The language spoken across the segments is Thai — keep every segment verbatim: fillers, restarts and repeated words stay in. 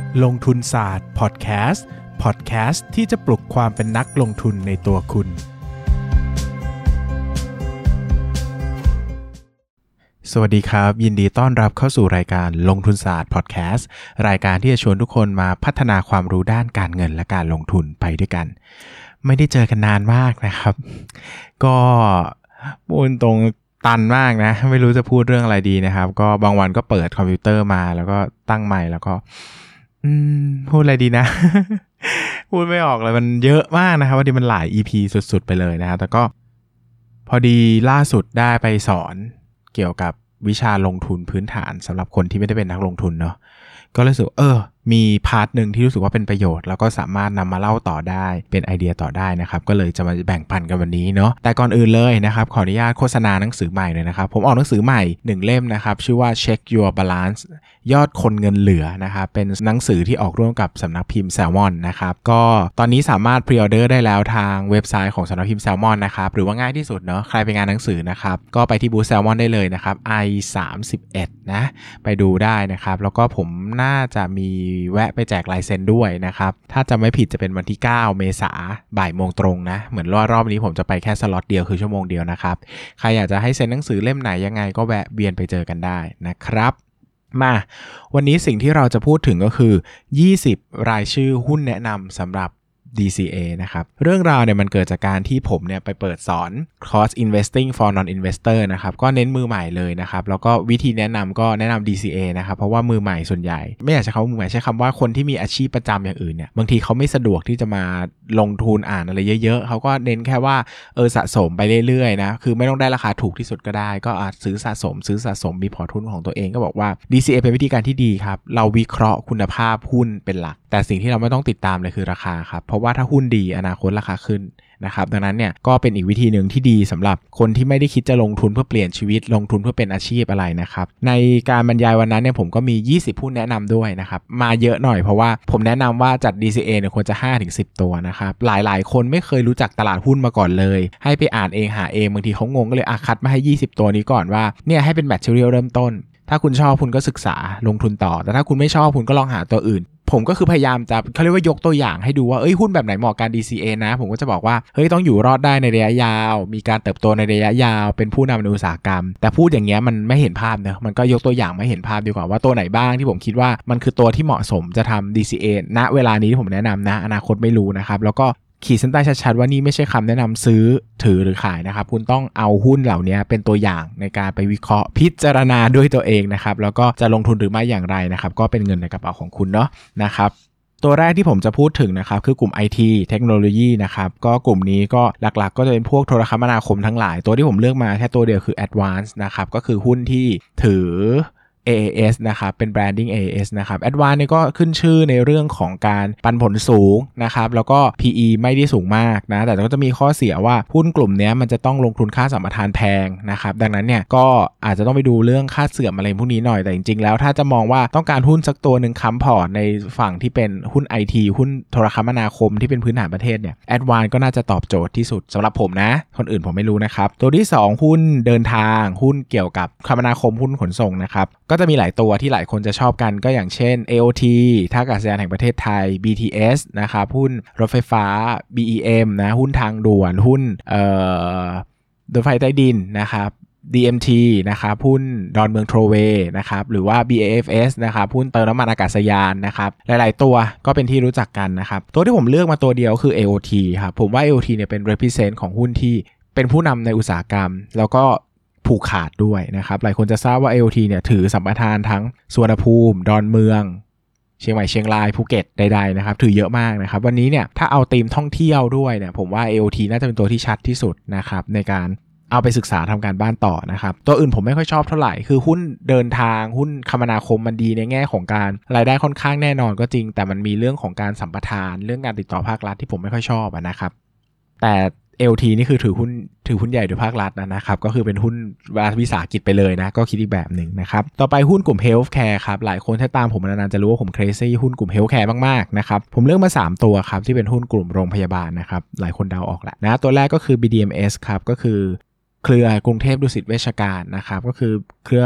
ลงทุนศาสตร์พอดแคสต์พอดแคสต์ที่จะปลุกความเป็นนักลงทุนในตัวคุณสวัสดีครับยินดีต้อนรับเข้าสู่รายการลงทุนศาสตร์พอดแคสต์รายการที่จะชวนทุกคนมาพัฒนาความรู้ด้านการเงินและการลงทุนไปด้วยกันไม่ได้เจอกันนานมากนะครับก็พูดตรงตันมากนะไม่รู้จะพูดเรื่องอะไรดีนะครับก็บางวันก็เปิดคอมพิวเตอร์มาแล้วก็ตั้งไมค์แล้วก็อืมพูดอะไรดีนะ พูดไม่ออกเลยมันเยอะมากนะครับวันนี้มันหลาย อี พี สุดๆไปเลยนะครับแต่ก็พอดีล่าสุดได้ไปสอนเกี่ยวกับวิชาลงทุนพื้นฐานสำหรับคนที่ไม่ได้เป็นนักลงทุนเนาะก็รู้สึกเออมีพาร์ทนึงที่รู้สึกว่าเป็นประโยชน์แล้วก็สามารถนำมาเล่าต่อได้เป็นไอเดียต่อได้นะครับก็เลยจะมาแบ่งปันกันวันนี้เนาะแต่ก่อนอื่นเลยนะครับขออนุญาตโฆษณาหนังสือใหม่เลยนะครับผมออกหนังสือใหม่หนึ่งเล่มนะครับชื่อว่า Check Your Balance ยอดคนเงินเหลือนะครับเป็นหนังสือที่ออกร่วมกับสำนักพิมพ์ Salmon นะครับก็ตอนนี้สามารถพรีออเดอร์ได้แล้วทางเว็บไซต์ของสำนักพิมพ์ Salmon นะครับหรือว่าง่ายที่สุดเนาะใครไปงานหนังสือนะครับก็ไปที่บูธ Salmon ได้เลยนะครับ ไอ สามสิบเอ็ด นะไปดูได้นะครับแล้วก็ผมน่าจะมีแวะไปแจกลายเซ็นด้วยนะครับถ้าจำไม่ผิดจะเป็นวันที่เก้าเมษายนบ่ายโมงตรงนะเหมือนรอบรอบนี้ผมจะไปแค่สล็อตเดียวคือชั่วโมงเดียวนะครับใครอยากจะให้เซ็นหนังสือเล่มไหนยังไงก็แวะเวียนไปเจอกันได้นะครับมาวันนี้สิ่งที่เราจะพูดถึงก็คือยี่สิบรายชื่อหุ้นแนะนำสำหรับ ดี ซี เอ นะครับเรื่องราวเนี่ยมันเกิดจากการที่ผมเนี่ยไปเปิดสอนคอร์ส Investing for Non-Investor นะครับก็เน้นมือใหม่เลยนะครับแล้วก็วิธีแนะนำก็แนะนำ ดี ซี เอ นะครับเพราะว่ามือใหม่ส่วนใหญ่ไม่อยากใช้คำว่ามือใหม่ใช้คำว่าคนที่มีอาชีพประจำอย่างอื่นเนี่ยบางทีเขาไม่สะดวกที่จะมาลงทุนอ่านอะไรเยอะๆเขาก็เน้นแค่ว่าเออสะสมไปเรื่อยๆนะคือไม่ต้องได้ราคาถูกที่สุดก็ได้ก็อาจซื้อสะสมซื้อสะสมมีพอร์ตหุ้นของตัวเองก็บอกว่า ดี ซี เอ เป็นวิธีการที่ดีครับเราวิเคราะห์คุณภาพหุ้นเป็นหลักแต่สิ่งที่เราไม่ต้องติดตามเลยคือราคาครับเพราะว่าถ้าหุ้นดีอนาคตราคาขึ้นนะครับดังนั้นเนี่ยก็เป็นอีกวิธีหนึ่งที่ดีสำหรับคนที่ไม่ได้คิดจะลงทุนเพื่อเปลี่ยนชีวิตลงทุนเพื่อเป็นอาชีพอะไรนะครับในการบรรยายวันนั้นเนี่ยผมก็มียี่สิบหุ้นแนะนำด้วยนะครับมาเยอะหน่อยเพราะว่าผมแนะนำว่าจัด ดี ซี เอ เนี่ยควรจะ ห้าถึงสิบ ตัวนะครับหลายๆคนไม่เคยรู้จักตลาดหุ้นมาก่อนเลยให้ไปอ่านเองหาเองบางทีเขางงก็เลยอ่ะคัดมาให้ยี่สิบตัวนี้ก่อนว่าเนี่ยให้เป็นแมททีเรียลเริ่มต้นถ้าคุณชอบคุณก็ศึกษาลงทุนต่อแต่ถ้าคุณไม่ชอบคุณก็ลองหาตัวอื่นผมก็คือพยายามจะเขาเรียกว่ายกตัวอย่างให้ดูว่าเอ้ยหุ้นแบบไหนเหมาะกับ ดี ซี เอ นะผมก็จะบอกว่าเฮ้ยต้องอยู่รอดได้ในระยะยาวมีการเติบโตในระยะยาวเป็นผู้นำในอุตสาหกรรมแต่พูดอย่างเงี้ยมันไม่เห็นภาพเนอะมันก็ยกตัวอย่างไม่เห็นภาพดีกว่าว่าตัวไหนบ้างที่ผมคิดว่ามันคือตัวที่เหมาะสมจะทำ ดี ซี เอ ณเวลานี้ที่ผมแนะนำนะอนาคตไม่รู้นะครับแล้วก็ขีดเส้นใต้ชัดๆว่านี่ไม่ใช่คำแนะนำซื้อถือหรือขายนะครับคุณต้องเอาหุ้นเหล่านี้เป็นตัวอย่างในการไปวิเคราะห์พิจารณาด้วยตัวเองนะครับแล้วก็จะลงทุนหรือไม่อย่างไรนะครับก็เป็นเงินในกระเป๋าของคุณเนาะนะครับตัวแรกที่ผมจะพูดถึงนะครับคือกลุ่ม ไอ ที เทคโนโลยีนะครับก็กลุ่มนี้ก็หลักๆก็จะเป็นพวกโทรคมนาคมทั้งหลายตัวที่ผมเลือกมาแค่ตัวเดียวคือ Advance นะครับก็คือหุ้นที่ถือเอ เอ เอส นะครับเป็น branding เอ เอ เอส นะครับ Advance เนี่ยก็ขึ้นชื่อในเรื่องของการปันผลสูงนะครับแล้วก็ พี อี ไม่ได้สูงมากนะแต่ก็จะมีข้อเสียว่าหุ้นกลุ่มนี้มันจะต้องลงทุนค่าสัมปทานแพงนะครับดังนั้นเนี่ยก็อาจจะต้องไปดูเรื่องค่าเสื่อมอะไรพวกนี้หน่อยแต่จริงๆแล้วถ้าจะมองว่าต้องการหุ้นสักตัวหนึ่งค้ำพอร์ตในฝั่งที่เป็นหุ้น ไอ ที หุ้นโทรคมนาคมที่เป็นพื้นฐานประเทศเนี่ย Advance ก็น่าจะตอบโจทย์ที่สุดสำหรับผมนะคนอื่นผมไม่รู้นะครับตัวที่สองหุ้นเดินทางหุ้นเกี่ยวกับคมนาคมหุ้นขนส่งนะครับก็จะมีหลายตัวที่หลายคนจะชอบกันก็อย่างเช่น เอ โอ ที ท่าอากาศยานแห่งประเทศไทย บี ที เอส นะครับหุ้นรถไฟฟ้า บี อี เอ็ม นะหุ้นทางด่วนหุ้นเอ่อรถไฟใต้ดินนะครับ ดี เอ็ม ที นะครับหุ้นดอนเมืองโทรเวย์นะครับหรือว่า บี เอ เอฟ เอส นะครับหุ้นเติมน้ำมันอากาศยานนะครับหลายๆตัวก็เป็นที่รู้จักกันนะครับตัวที่ผมเลือกมาตัวเดียวคือ เอ โอ ที ครับผมว่า เอ โอ ที เนี่ยเป็น represent ของหุ้นที่เป็นผู้นำในอุตสาหกรรมแล้วก็ผูกขาดด้วยนะครับหลายคนจะทราบว่า เอ โอ ที เนี่ยถือสัมปทานทั้งสุวรรณภูมิดอนเมืองเชียงใหม่เชียงรายภูเก็ตใดๆนะครับถือเยอะมากนะครับวันนี้เนี่ยถ้าเอาธีมท่องเที่ยวด้วยเนี่ยผมว่า เอ โอ ที น่าจะเป็นตัวที่ชัดที่สุดนะครับในการเอาไปศึกษาทำการบ้านต่อนะครับตัวอื่นผมไม่ค่อยชอบเท่าไหร่คือหุ้นเดินทางหุ้นคมนาคมมันดีในแง่ของการรายได้ค่อนข้างแน่นอนก็จริงแต่มันมีเรื่องของการสัมปทานเรื่องการติดต่อภาครัฐที่ผมไม่ค่อยชอบนะครับแต่เอ แอล ที นี่คือถือหุ้นถือหุ้นใหญ่โดยภาครัฐนะครับก็คือเป็นหุ้นรัฐวิสาหกิจไปเลยนะก็คิดอีกแบบหนึ่งนะครับต่อไปหุ้นกลุ่ม Healthcare ครับหลายคนถ้าตามผมนานๆจะรู้ว่าผมเครซี่หุ้นกลุ่ม Healthcare มากๆนะครับผมเลือกมาสามตัวครับที่เป็นหุ้นกลุ่มโรงพยาบาลนะครับหลายคนเดาออกแหละนะตัวแรกก็คือ บี ดี เอ็ม เอส ครับก็คือเครือกรุงเทพดุสิตเวชการนะครับก็คือเครือ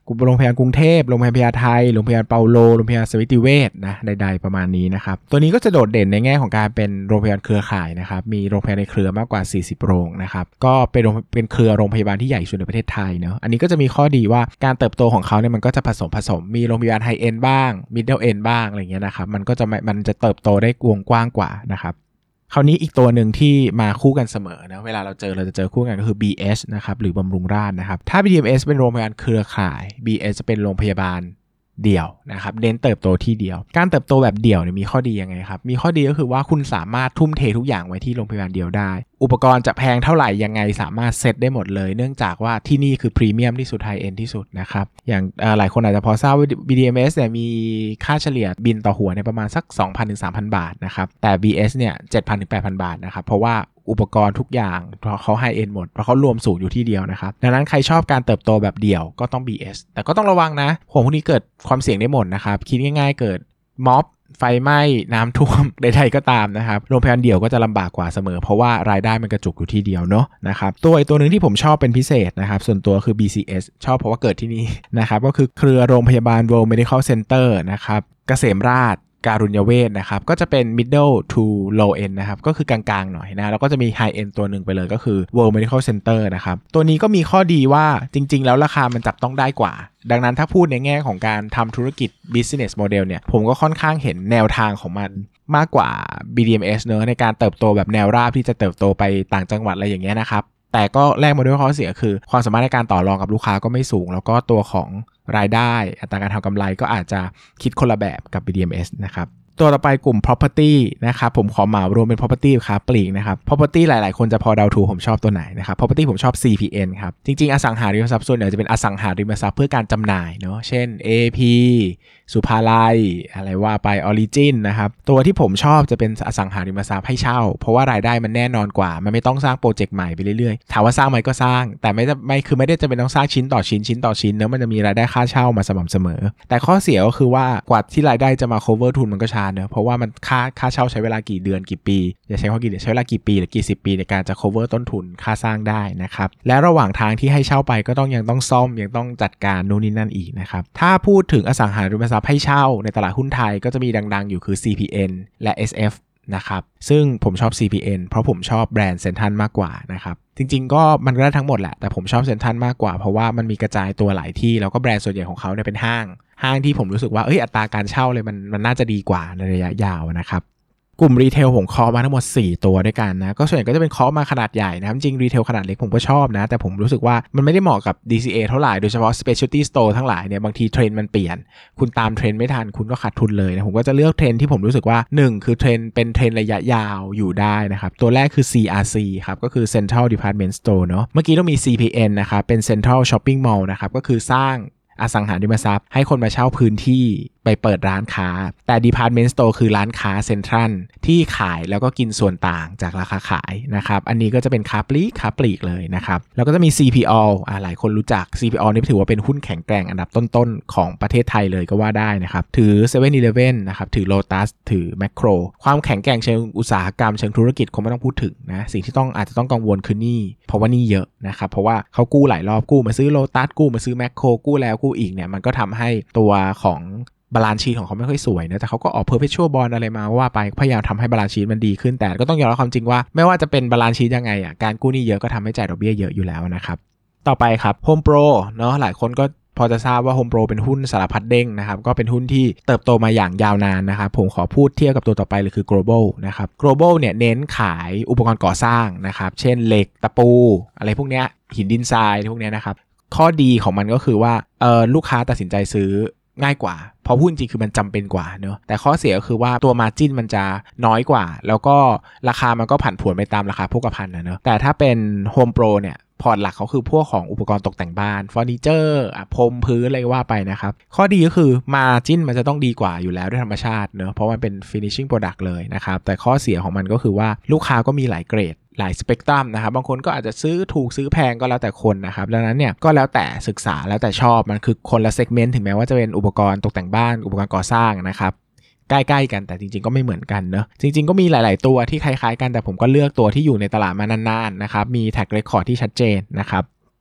โรงพยาบาลกรุงเทพโรงพยาบาลพญาไทโรงพยาบาลเปาโลโรงพยาบาลสมิติเวชนะใดๆประมาณนี้นะครับตัวนี้ก็จะโดดเด่นในแง่ของการเป็นโรงพยาบาลเครือข่ายนะครับมีโรงพยาบาลในเครือมากกว่าสี่สิบโรงนะครับก็เป็นเป็นเครือโรงพยาบาลที่ใหญ่สุดในประเทศไทยเนาะอันนี้ก็จะมีข้อดีว่าการเติบโตของเขาเนี่ยมันก็จะผสมผสมมีโรงพยาบาลไฮเอ็นบ้างมิดเดิลเอ็นบ้างอะไรเงี้ยนะครับมันก็จะมันจะเติบโตได้วงกว้างกว่านะครับคราวนี้อีกตัวหนึ่งที่มาคู่กันเสมอนะเวลาเราเจอเราจะเจอคู่กันก็คือ บี เอส นะครับหรือบำรุงราษฎร์นะครับถ้า บี ดี เอ็ม เอส เป็นโรงพยาบาลเครือข่าย บี เอส จะเป็นโรงพยาบาลเดี่ยวนะครับเน้นเติบโตที่เดียวการเติบโตแบบเดี่ยวเนี่ยมีข้อดียังไงครับมีข้อดีก็คือว่าคุณสามารถทุ่มเททุกอย่างไว้ที่โรงพยาบาลเดียวได้อุปกรณ์จะแพงเท่าไหร่ยังไงสามารถเซตได้หมดเลยเนื่องจากว่าที่นี่คือพรีเมียมที่สุดไฮเอ็นที่สุดนะครับอย่างหลายคนอาจจะพอทราบว่า บี ดี เอ็ม เอส เนี่ยมีค่าเฉลี่ยบินต่อหัวในประมาณสัก สองพันถึงสามพัน บาทนะครับแต่ บี เอส เนี่ย เจ็ดพันถึงแปดพัน บาทนะครับเพราะว่าอุปกรณ์ทุกอย่างเขาไฮเอ็นหมดเพราะเขารวมสูตรอยู่ที่เดียวนะครับดังนั้นใครชอบการเติบโตแบบเดี่ยวก็ต้อง บี เอส แต่ก็ต้องระวังนะของพวกนี้เกิดความเสี่ยงได้หมดนะครับคิดง่ายๆเกิดม็อบไฟไหม้น้ำท่วมใดๆก็ตามนะครับโรงพยาบาลเดี่ยวก็จะลำบากกว่าเสมอเพราะว่ารายได้มันกระจุกอยู่ที่เดียวเนาะนะครับตัวอีกตัวนึงที่ผมชอบเป็นพิเศษนะครับส่วนตัวคือ บี ซี เอส ชอบเพราะว่าเกิดที่นี่นะครับก็คือเครือโรงพยาบาล World Medical Center นะครับเกษมราษฎร์การุญเวชนะครับก็จะเป็น middle to low end นะครับก็คือกลางๆหน่อยนะแล้วก็จะมี high end ตัวหนึ่งไปเลยก็คือ World Medical Center นะครับตัวนี้ก็มีข้อดีว่าจริงๆแล้วราคามันจับต้องได้กว่าดังนั้นถ้าพูดในแง่ของการทำธุรกิจ business model เนี่ยผมก็ค่อนข้างเห็นแนวทางของมันมากกว่า บี ดี เอ็ม เอส เนอะในการเติบโตแบบแนวราบที่จะเติบโตไปต่างจังหวัดอะไรอย่างเงี้ยนะครับแต่ก็แลกมาด้วยข้อเสียคือความสามารถในการต่อรองกับลูกค้าก็ไม่สูงแล้วก็ตัวของรายได้อัตราการทำกำไรก็อาจจะคิดคนละแบบกับ บี ดี เอ็ม เอส นะครับตัวต่อไปกลุ่ม property นะครับผมขอเหมารวมเป็น property ค้าปลีกนะครับ property หลายๆคนจะพอเดาถูกผมชอบตัวไหนนะครับ property ผมชอบ ซี พี เอ็น ครับจริงๆอสังหาริมทรัพย์ส่วนใหญ่จะเป็นอสังหาริมทรัพย์เพื่อการจำหน่ายเนาะเช่น เอ พี สุภาลัยอะไรว่าไป Origin นะครับตัวที่ผมชอบจะเป็นอสังหาริมทรัพย์ให้เช่าเพราะว่ารายได้มันแน่นอนกว่ามันไม่ต้องสร้างโปรเจกต์ใหม่ไปเรื่อยๆถามว่าสร้างไหมก็สร้างแต่ไม่ไม่คือไม่ได้จะเป็นต้องสร้างชิ้นต่อชิ้นชิ้นต่อชิ้นเนาะมันจะมีรายได้ค่าเช่ามาสม่ำเสมอแต่ข้อเสียก็คือว่ากว่าที่รายได้จะมา cover ทุนมันก็ช้าเนาะเพราะว่ามันค่าค่าเช่าใช้เวลากี่เดือนกี่ปีอย่าใช้ข้อกี่เดือนใช้เวลากี่ปีหรือกี่สิบปีในการจะ cover ต้นทุนค่าสร้างได้นะครับและระหว่างทางที่ให้เช่าไปก็ต้องยังต้องซ่อมยังต้องจัดการนู่นนี่นั่นอีกนะครับถ้าพูดถึงอสังหาริมทรัพย์ให้เช่าในตลาดหุ้นไทยก็จะมีดังๆอยู่คือ ซี พี เอ็น และ เอส เอฟ นะครับซึ่งผมชอบ ซี พี เอ็น เพราะผมชอบแบรนด์เซ็นทรัลมากกว่านะครับจริงๆก็มันก็ได้ทั้งหมดแหละแต่ผมชอบเซ็นทรัลมากกว่าเพราะว่ามันมีกระจายตัวหลายที่แล้วก็แบรนด์ส่วนใหญ่ของเขาเนี่ยเป็นห้างห้างที่ผมรู้สึกว่าเอ้ยอัตราการเช่าเลยมันมันน่าจะดีกว่าในระยะยาวนะครับกลุ่มรีเทลผมเคาะมาทั้งหมดสี่ตัวด้วยกันนะก็ส่วนใหญ่ก็จะเป็นเคาะมาขนาดใหญ่นะครับจริงรีเทลขนาดเล็กผมก็ชอบนะแต่ผมรู้สึกว่ามันไม่ได้เหมาะกับ ดี ซี เอ เท่าไหร่โดยเฉพาะ specialty store ทั้งหลายเนี่ยบางทีเทรนด์มันเปลี่ยนคุณตามเทรนด์ไม่ทันคุณก็ขาดทุนเลยนะผมก็จะเลือกเทรนด์ที่ผมรู้สึกว่าหนึ่งคือเทรนด์เป็นเทรนด์ระยะยาวอยู่ได้นะครับตัวแรกคือ ซี อาร์ ซี ครับก็คือ Central Department Store เนาะเมื่อกี้ต้องมี ซี พี เอ็น นะครับเป็น Central Shopping Mall นะครับก็คือสร้างอสังหาริมทรัพย์ให้คนมาเช่าพื้นที่ไปเปิดร้านค้าแต่ Department Store คือร้านค้าเซ็นทรัลที่ขายแล้วก็กินส่วนต่างจากราคาขายนะครับอันนี้ก็จะเป็นค้าปลีกค้าปลีกเลยนะครับแล้วก็จะมี ซี พี โอ อ่าหลายคนรู้จัก ซี พี โอ นี่ถือว่าเป็นหุ้นแข็งแกร่งอันดับต้นๆของประเทศไทยเลยก็ว่าได้นะครับถือ เซเว่น อีเลฟเว่น นะครับถือ Lotus ถือ Macro ความแข็งแกร่งเชิงอุตสาหกรรมเชิงธุรกิจคงไม่ต้องพูดถึงนะสิ่งที่ต้องอาจจะต้องกังวลคือหนี้เพราะว่าหนี้เยอะนะครับเพราะว่าเขากู้หลายรอบกู้มาซื้อ Lotus กู้มาซื้อ Macro กู้แล้วกู้อีกเนี่ยมันก็ทำให้ตัวของบาลานซ์ชีทของเขาไม่ค่อยสวยนะแต่เขาก็ออก perpetual bond อะไรมาว่าไปพยายามทำให้บาลานซ์ชีทมันดีขึ้นแต่ก็ต้องยอมรับความจริงว่าไม่ว่าจะเป็นบาลานซ์ชีทยังไงอ่ะการกู้หนี้เยอะก็ทำให้จ่ายดอกเบี้ยเยอะอยู่แล้วนะครับต่อไปครับ Home Pro เนาะหลายคนก็พอจะทราบว่า Home Pro เป็นหุ้นสารพัดเด้งนะครับก็เป็นหุ้นที่เติบโตมาอย่างยาวนานนะครับผมขอพูดเทียบกับตัวต่อไปเลยคือ Global นะครับ Global เนี่ยเน้นขายอุปกรณ์ก่อสร้างนะครับเช่นเหล็กตะปูอะไรพวกเนี้ยหินดินทรายพวกเนี้ยนะครับข้อดีของมันก็คือว่าเออลูกค้าตัดสินใจซื้อง่ายกว่าเพราะหุ้นจริงคือมันจำเป็นกว่าเนอะแต่ข้อเสียก็คือว่าตัว margin มันจะน้อยกว่าแล้วก็ราคามันก็ผันผวนไปตามราคาโภคภัณฑ์นะเนอะแต่ถ้าเป็น Home Pro เนี่ยพอร์ตหลักเขาคือพวกของอุปกรณ์ตกแต่งบ้านเฟอร์นิเจอร์พรมพื้นอะไรว่าไปนะครับข้อดีก็คือ margin มันจะต้องดีกว่าอยู่แล้วด้วยธรรมชาติเนอะเพราะมันเป็น finishing product เลยนะครับแต่ข้อเสียของมันก็คือว่าลูกค้าก็มีหลายเกรดหลายสเปกตรัมนะครับบางคนก็อาจจะซื้อถูกซื้อแพงก็แล้วแต่คนนะครับดังนั้นเนี่ยก็แล้วแต่ศึกษาแล้วแต่ชอบมันคือคนละเซกเมนต์ถึงแม้ว่าจะเป็นอุปกรณ์ตกแต่งบ้านอุปกรณ์ก่อสร้างนะครับใกล้ๆกันแต่จริงๆก็ไม่เหมือนกันเนอะจริงๆก็มีหลายๆตัวที่คล้ายๆกันแต่ผมก็เลือกตัวที่อยู่ในตลาดมานานๆนะครับมีแท็กเรคคอร์ดที่ชัดเจนนะครับ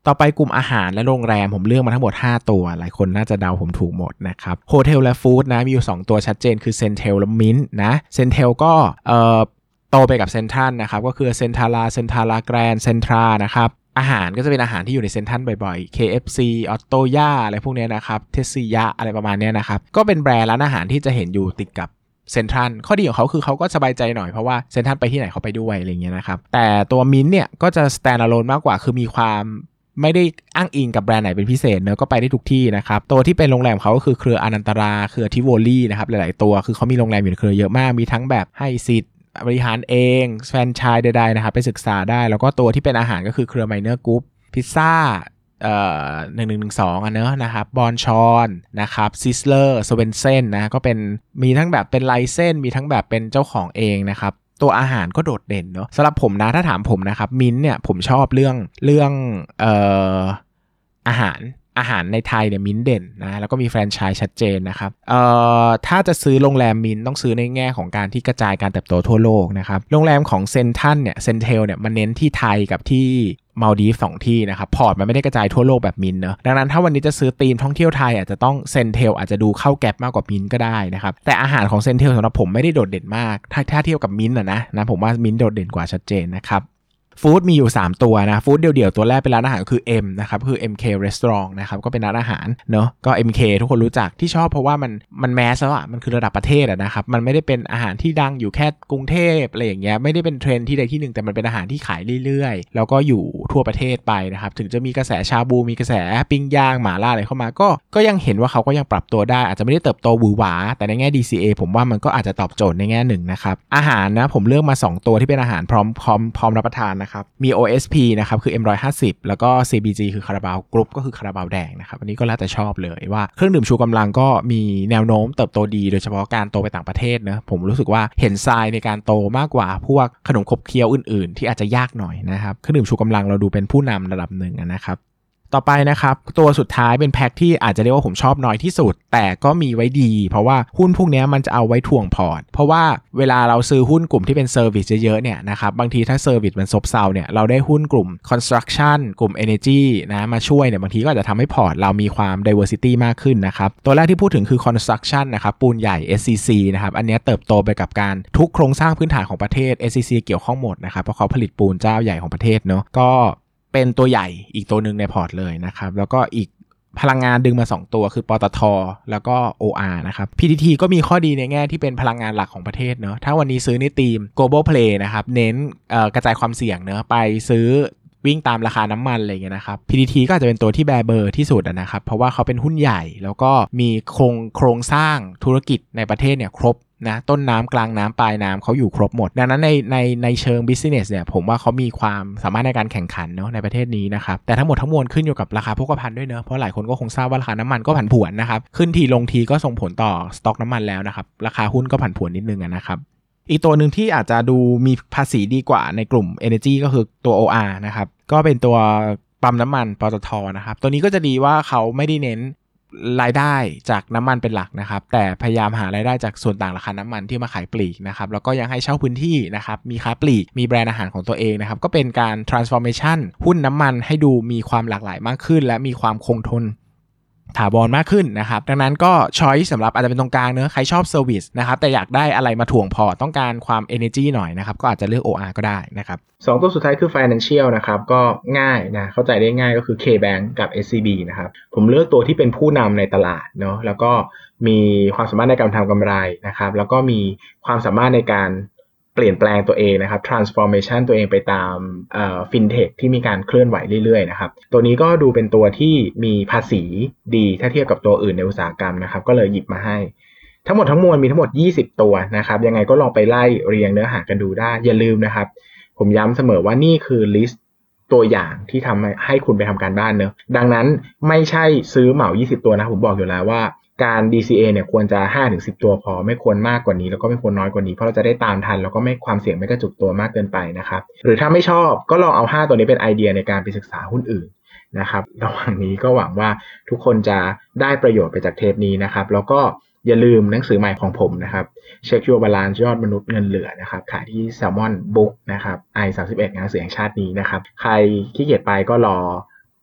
ต่อไปกลุ่มอาหารและโรงแรมผมเลือกมาทั้งหมดห้าตัวหลายคนน่าจะเดาผมถูกหมดนะครับโฮเทลและฟู้ดนะมีอยู่สองตัวชัดเจนคือเซนเทลและมินท์นะเซนเทลก็เอ่อโตไปกับเซ็นทรัลนะครับก็คือเซ็นทรัลลาเซ็นทรัลลาแกรนด์เซ็นทรานะครับอาหารก็จะเป็นอาหารที่อยู่ในเซ็นทรัลบ่อยๆ เค เอฟ ซี ออตโตย่าอะไรพวกนี้นะครับเทสซิยะอะไรประมาณนี้นะครับก็เป็นแบรนด์ร้านอาหารที่จะเห็นอยู่ติดกับเซ็นทรัลข้อดีของเขาคือเขาก็สบายใจหน่อยเพราะว่าเซ็นทรัลไปที่ไหนเขาไปด้วยอะไรเงี้ยนะครับแต่ตัวมินท์เนี่ยก็จะ stand alone มากกว่าคือมีความไม่ได้อ้างอิงกับแบรนด์ไหนเป็นพิเศษเนอะก็ไปได้ทุกที่นะครับตัวที่เป็นโรงแรมเขาก็คือเครืออนันตราเครือทิโวลี่นะครับหลายๆตัวคือเขามีโรงแรมอยู่ในเครือเยอะมากมีทั้งแบบให้สิทธิ์บริหารเองแฟรนไชส์ใดๆนะครับไปศึกษาได้แล้วก็ตัวที่เป็นอาหารก็คือเครือไมเนอร์กรุ๊ปพิซซ่าเอ่อหนึ่งหนึ่งหนึ่งสองอ่ะเนอะนะครับบอนชอนนะครับซิสเลอร์สเวนเซนนะก็เป็นมีทั้งแบบเป็นไลเซนมีทั้งแบบเป็นเจ้าของเองนะครับตัวอาหารก็โดดเด่นเนาะสำหรับผมนะถ้าถามผมนะครับมิ้นเนี่ยผมชอบเรื่องเรื่องเอ่ออาหารอาหารในไทยเนี่ยมิ้นเด่นนะแล้วก็มีแฟรนไชส์ชัดเจนนะครับเอ่อถ้าจะซื้อโรงแรมมิ้นต้องซื้อในแง่ของการที่กระจายการเติบโตทั่วโลกนะครับโรงแรมของเซนทันเนี่ยเซนเทลเนี่ยมันเน้นที่ไทยกับที่มาลดีฟสองที่นะครับพอร์ตมันไม่ได้กระจายทั่วโลกแบบมินเนอะดังนั้นถ้าวันนี้จะซื้อธีมท่องเที่ยวไทยอาจจะต้องเซนเทลอาจจะดูเข้าแก็บมากกว่ามินก็ได้นะครับแต่อาหารของเซนเทลสำหรับผมไม่ได้โดดเด่นมากถ้าถ้าเทียบกับมินอะนะนะผมว่ามินโดดเด่นกว่าชัดเจนนะครับฟู้ดมีอยู่สามตัวนะฟู้ดเดี่ยวๆตัวแรกเป็นร้านอาหารคือ M นะครับคือ เอ็ม เค Restaurant นะครับก็เป็นร้านอาหารเนอะก็ เอ็ม เค ทุกคนรู้จักที่ชอบเพราะว่ามันมันแมสแล้วอ่ะมันคือระดับประเทศอ่ะนะครับมันไม่ได้เป็นอาหารที่ดังอยู่แค่กรุงเทพอะไรอย่างเงี้ยไม่ได้เป็นเทรนด์ที่ใดที่หนึ่งแต่มันเป็นอาหารที่ขายเรื่อยๆแล้วก็อยู่ทั่วประเทศไปนะครับถึงจะมีกระแสชาบูมีกระแสปิ้งย่างหม่าล่าอะไรเข้ามาก็ก็ยังเห็นว่าเขาก็ยังปรับตัวได้อาจจะไม่ได้เติบโตหวือหวาแต่ในแง่ ดี ซี เอ ผมว่ามันก็อาจจะตอบโจทย์ในแง่หนึ่งนะครับอาหารนะผมเลือกมาสองตัวที่เป็นอาหารพร้อมพร้อมพร้อมรับประทานนะครับมี โอ เอส พี นะครับคือ เอ็ม หนึ่งร้อยห้าสิบ แล้วก็ ซี บี จี คือคาราบาวกรุ๊ปก็คือคาราบาวแดงนะครับอันนี้ก็แล้วแต่ชอบเลยว่าเครื่องดื่มชูกำลังก็มีแนวโน้มเติบโตดีโดยเฉพาะการโตไปต่างประเทศนะผมรู้สึกว่าเห็นทรายในการโตมากกว่าพวกขนมขบเคี้ยวอื่นๆที่อาจจะยากหน่อยนะครับเครื่องดื่มชูกำลังเราดูเป็นผู้นำระดับหนึ่งนะครับต่อไปนะครับตัวสุดท้ายเป็นแพ็คที่อาจจะเรียกว่าผมชอบน้อยที่สุดแต่ก็มีไว้ดีเพราะว่าหุ้นพวกนี้มันจะเอาไว้ถ่วงพอร์ตเพราะว่าเวลาเราซื้อหุ้นกลุ่มที่เป็นเซอร์วิสเยอะๆเนี่ยนะครับบางทีถ้าเซอร์วิสมันซบเซาเนี่ยเราได้หุ้นกลุ่ม construction กลุ่ม energy นะมาช่วยเนี่ยบางทีก็อาจจะทำให้พอร์ตเรามีความ diversity มากขึ้นนะครับตัวแรกที่พูดถึงคือ construction นะครับปูนใหญ่ เอส ซี ซี นะครับอันนี้เติบโตไปกับการทุกโครงสร้างพื้นฐานของประเทศ เอส ซี ซี เกี่ยวข้องหมดนะครับเพราะเขาผลิตปูนเจ้าใหญ่ของประเทศเนาะก็เป็นตัวใหญ่อีกตัวหนึ่งในพอร์ตเลยนะครับแล้วก็อีกพลังงานดึงมาสองตัวคือปตท.แล้วก็ โอ อาร์ นะครับ พี ที ที ก็มีข้อดีในแง่ที่เป็นพลังงานหลักของประเทศเนอะถ้าวันนี้ซื้อในทีม global play นะครับเน้นเอ่อกระจายความเสี่ยงเนอะไปซื้อวิ่งตามราคาน้ำมันอะไรเงี้ยนะครับ พี ที ที ก็อาจจะเป็นตัวที่แบร์เบอร์ที่สุดนะครับเพราะว่าเขาเป็นหุ้นใหญ่แล้วก็มีโครงโครงสร้างธุรกิจในประเทศเนี่ยครบนะต้นน้ำกลางน้ำปลายน้ำเขาอยู่ครบหมดดังนั้นในในในเชิง business เนี่ยผมว่าเขามีความสามารถในการแข่งขันเนาะในประเทศนี้นะครับแต่ทั้งหมดทั้งมวลขึ้นอยู่กับราคาโภคภัณฑ์ด้วยเนาะเพราะหลายคนก็คงทราบว่าราคาน้ำมันก็ผันผวนนะครับขึ้นทีลงทีก็ส่งผลต่อสต็อกน้ำมันแล้วนะครับราคาหุ้นก็ผันผวนนิดนึงนะครับอีกตัวหนึ่งที่อาจจะดูมีภาษีดีกว่าในกลุ่ม Energy ก็คือตัว โอ อาร์ นะครับก็เป็นตัวปั๊มน้ำมันปตท.นะครับตัวนี้ก็จะดีว่าเขาไม่ได้เน้นรายได้จากน้ำมันเป็นหลักนะครับแต่พยายามหารายได้จากส่วนต่างราคาน้ำมันที่มาขายปลีกนะครับแล้วก็ยังให้เช่าพื้นที่นะครับมีค้าปลีกมีแบรนด์อาหารของตัวเองนะครับก็เป็นการ transformation หุ้นน้ำมันให้ดูมีความหลากหลายมากขึ้นและมีความคงทนถาวรมากขึ้นนะครับดังนั้นก็ choice สำหรับอาจจะเป็นตรงกลางเนอะใครชอบ service นะครับแต่อยากได้อะไรมาถ่วงพอต้องการความ energy หน่อยนะครับก็อาจจะเลือก โอ อาร์ ก็ได้นะครับสองตัวสุดท้ายคือ financial นะครับก็ง่ายนะเข้าใจได้ง่ายก็คือ K-Bank กับ เอส ซี บี นะครับผมเลือกตัวที่เป็นผู้นำในตลาดเนาะแล้วก็มีความสามารถในการทำกำไรนะครับแล้วก็มีความสามารถในการเปลี่ยนแปลงตัวเองนะครับ transformation ตัวเองไปตามเอ่อ fintech ที่มีการเคลื่อนไหวเรื่อยๆนะครับตัวนี้ก็ดูเป็นตัวที่มีภาษีดีถ้าเทียบกับตัวอื่นในอุตสาหกรรมนะครับก็เลยหยิบมาให้ทั้งหมดทั้งมวลมีทั้งหมดยี่สิบตัวนะครับยังไงก็ลองไปไล่เรียงเนื้อหากันดูได้อย่าลืมนะครับผมย้ำเสมอว่านี่คือ list ตัวอย่างที่ทำให้คุณไปทำการบ้านเนอะดังนั้นไม่ใช่ซื้อเหมายี่สิบตัวนะผมบอกอยู่แล้วว่าการ ดี ซี เอ เนี่ยควรจะ ห้าถึงสิบ ตัวพอไม่ควรมากกว่านี้แล้วก็ไม่ควรน้อยกว่านี้เพราะเราจะได้ตามทันแล้วก็ไม่ความเสี่ยงไม่กระจุกตัวมากเกินไปนะครับหรือถ้าไม่ชอบก็ลองเอาห้าตัวนี้เป็นไอเดียในการไปศึกษาหุ้นอื่นนะครับระหว่างนี้ก็หวังว่าทุกคนจะได้ประโยชน์ไปจากเทปนี้นะครับแล้วก็อย่าลืมหนังสือใหม่ของผมนะครับเช็ค Your Balance ยอดมนุษย์เงินเหลือนะครับขายที่ Salmon Book นะครับ ไอ สามสิบเอ็ด งานหนังสือแห่งชาตินี้นะครับใครขี้เกียจไปก็รอ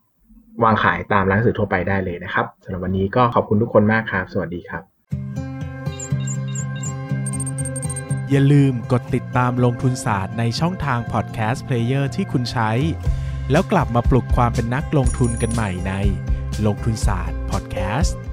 วางขายตามร้านหนังสือทั่วไปได้เลยนะครับสำหรับวันนี้ก็ขอบคุณทุกคนมากครับสวัสดีครับอย่าลืมกดติดตามลงทุนศาสตร์ในช่องทางพอดแคสต์เพลเยอร์ที่คุณใช้แล้วกลับมาปลุกความเป็นนักลงทุนกันใหม่ในลงทุนศาสตร์พอดแคสต์